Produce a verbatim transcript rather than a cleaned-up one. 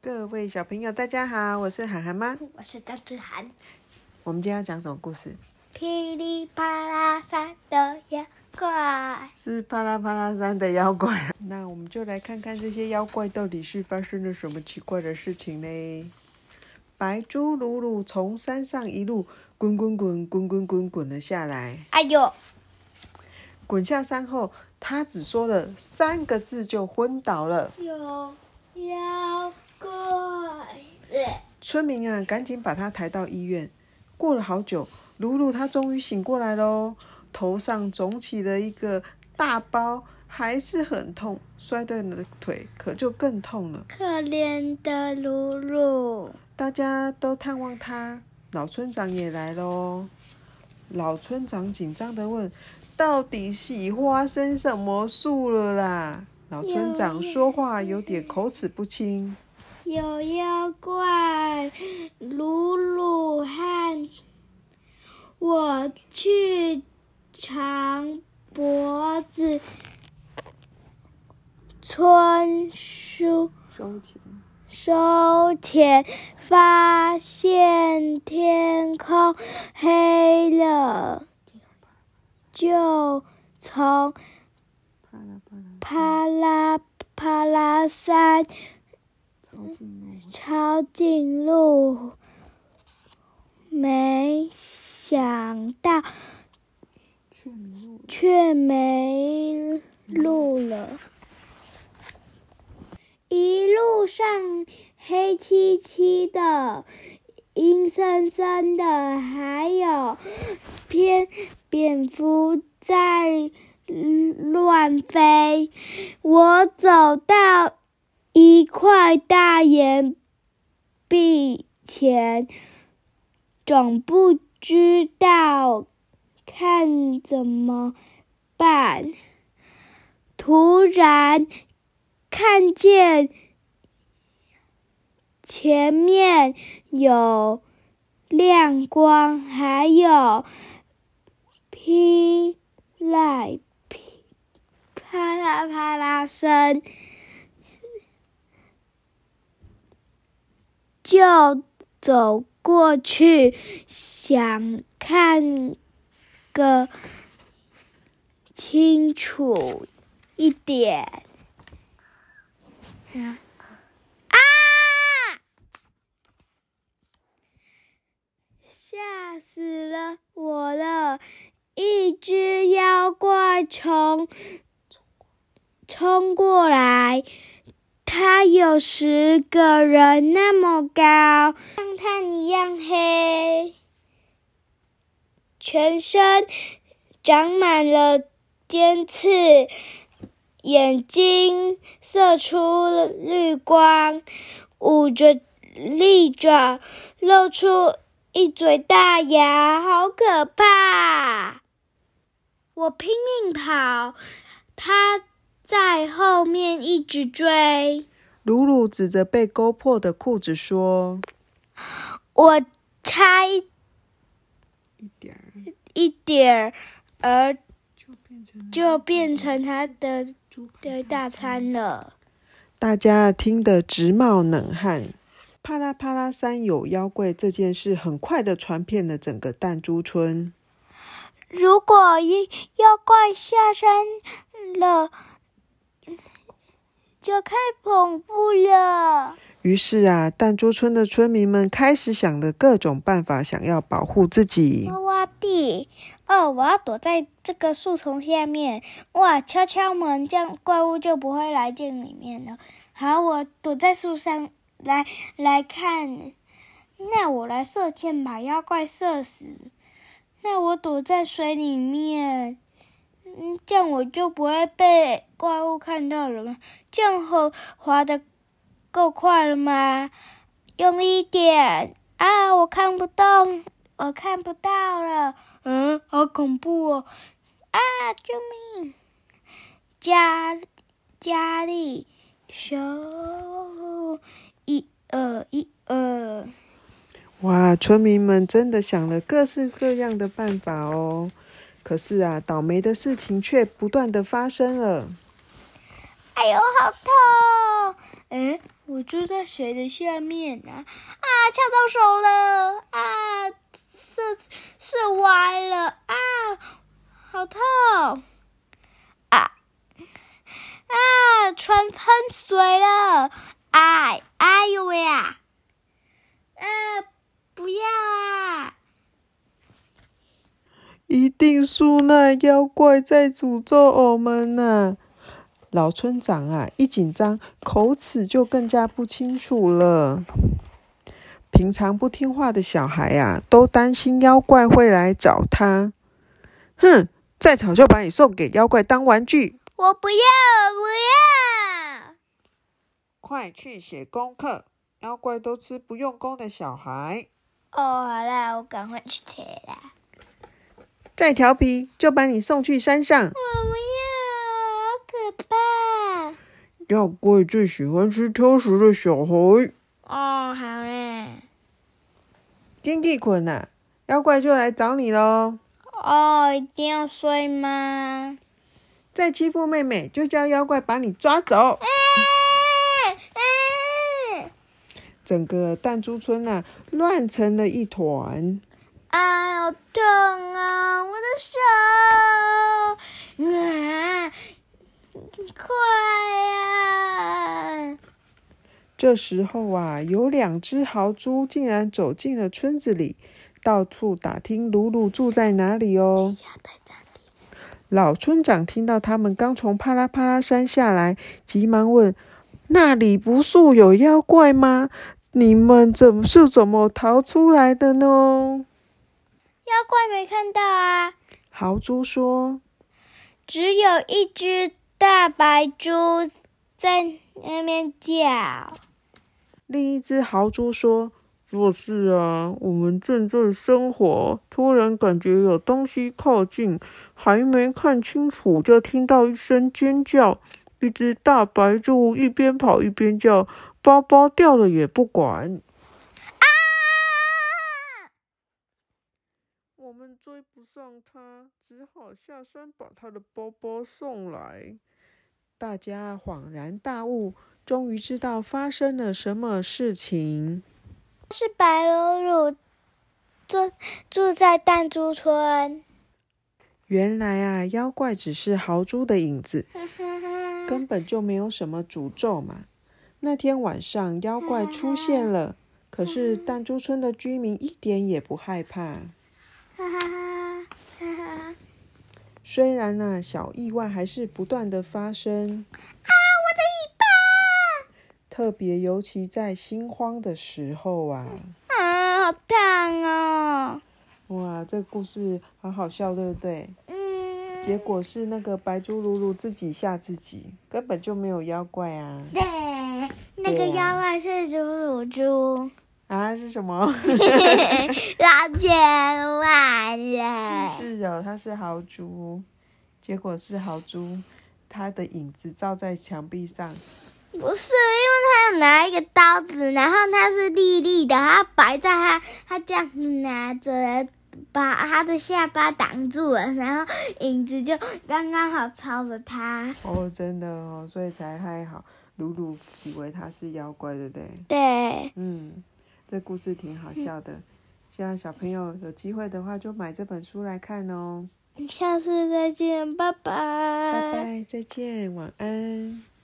各位小朋友，大家好，我是涵涵妈， 我是张志涵。 我们今天要讲什么故事？ 噼里啪啦山的妖怪， 是啪啦啪啦山的妖怪。那我们就来看看这些妖怪到底是发生了什么奇怪的事情呢？白猪鲁鲁从山上一路滚滚滚滚滚滚滚了下来。 哎呦！ 滚下山后，他只说了三个字就昏倒了。 有妖怪！ 村民啊，赶紧把他抬到医院。过了好久，鲁鲁他终于醒过来喽，头上肿起了一个大包，还是很痛，摔断了腿，可就更痛了。 可怜的鲁鲁， 大家都探望他，老村长也来喽。老村长紧张地问：“到底是发生什么事了啦？”老村长说话有点口齿不清。 有妖怪，鲁鲁和我去长脖子村收收钱， 收钱，发现天空黑了，就从啪啦啪啦啪啦山抄近路， 抄近路，没想到却迷路了。 却没路了。一路上黑漆漆的，阴森森的，还有蝙蝙蝠在乱飞。我走到一块大岩壁前，总不知道看怎么办。突然看见前面有亮光，还有噼来噼啪啦啪啦声，就走过去，想看个清楚一点。啊！吓死了我了！一只妖怪从冲过来，它有十个人那么高，像炭一样黑，全身长满了尖刺，眼睛射出绿光，捂着利爪，露出一嘴大牙，好可怕！我拼命跑，他在后面一直追。 鲁鲁指着被勾破的裤子说：“ 我差一一点儿一点儿， 就变成就变成他的的大餐了。” 大家听得直冒冷汗。啪啦啪啦山有妖怪这件事很快的传遍了整个弹珠村。 如果一妖怪下山了，就太恐怖了。 于是啊，弹珠村的村民们开始想了各种办法，想要保护自己。 挖地哦，我要躲在这个树丛下面。哇，敲敲门，这样怪物就不会来进里面了。好，我躲在树上来来看。那我来射箭，把妖怪射死。那我躲在水里面，嗯，这样我就不会被怪物看到了吗？这样滑滑的够快了吗？用力一点啊！我看不动，我看不到了。嗯，好恐怖哦！啊，救命！加加力，手一二一二。 哇，村民们真的想了各式各样的办法哦。可是啊，倒霉的事情却不断的发生了。 哎呦，好痛！嗯， 我就在水的下面啊！啊，呛到手了！啊，是是歪了！啊，好痛！啊啊，船喷水了！哎，哎呦喂啊！啊，不要啊！ 一定是那妖怪在诅咒我们呢、啊！老村长啊，一紧张，口齿就更加不清楚了。平常不听话的小孩啊，都担心妖怪会来找他。哼，再吵就把你送给妖怪当玩具！ 我不要，我不要！ 快去写功课，妖怪都吃不用功的小孩。 哦，好啦，我赶快去写啦。 再调皮，就把你送去山上。 我不要，好可怕！ 妖怪最喜欢吃挑食的小孩。 哦，好嘞。 天气困啊，妖怪就来找你咯。 哦，一定要睡吗？ 再欺负妹妹，就叫妖怪把你抓走。 哎哎！整个弹珠村啊，乱成了一团。 哎，好痛啊！我的手！啊，快啊！ 这时候啊，有两只豪猪竟然走进了村子里，到处打听鲁鲁住在哪里哦。老村长听到他们刚从啪啦啪啦山下来，急忙问：“那里不是有妖怪吗？你们怎么是怎么逃出来的呢？” 妖怪没看到啊。 豪猪说：“ 只有一只大白猪在那边叫。” 另一只豪猪说：“就是啊，我们正在生火，突然感觉有东西靠近，还没看清楚，就听到一声尖叫。一只大白猪一边跑一边叫，包包掉了也不管。 啊！ 我们追不上它，只好下山把它的包包送来。”大家恍然大悟，终于知道发生了什么事情。 是白鲁鲁住住在弹珠村。 原来啊，妖怪只是豪猪的影子，根本就没有什么诅咒嘛。那天晚上，妖怪出现了，可是弹珠村的居民一点也不害怕。虽然呢、啊，小意外还是不断的发生。 啊，我的尾巴！ 特别尤其在心慌的时候啊。 啊，好烫哦！ 哇，这个故事好好笑，对不对？ 嗯。 结果是那个白猪鲁鲁自己吓自己，根本就没有妖怪啊。 对，那个妖怪是猪鲁猪。 啊，是什么？ 老千万了。 是哦，他是豪猪，结果是豪猪，他的影子照在墙壁上。 不是，因为他有拿一个刀子，然后它是立立的，他摆在他，他这样拿着，把他的下巴挡住了，然后影子就刚刚好朝着他。 哦，真的哦，所以才还好，鲁鲁以为他是妖怪，对不对？ 对。 嗯。这故事挺好笑的，希望小朋友有机会的话就买这本书来看哦。 下次再见，拜拜。 拜拜，再见，晚安。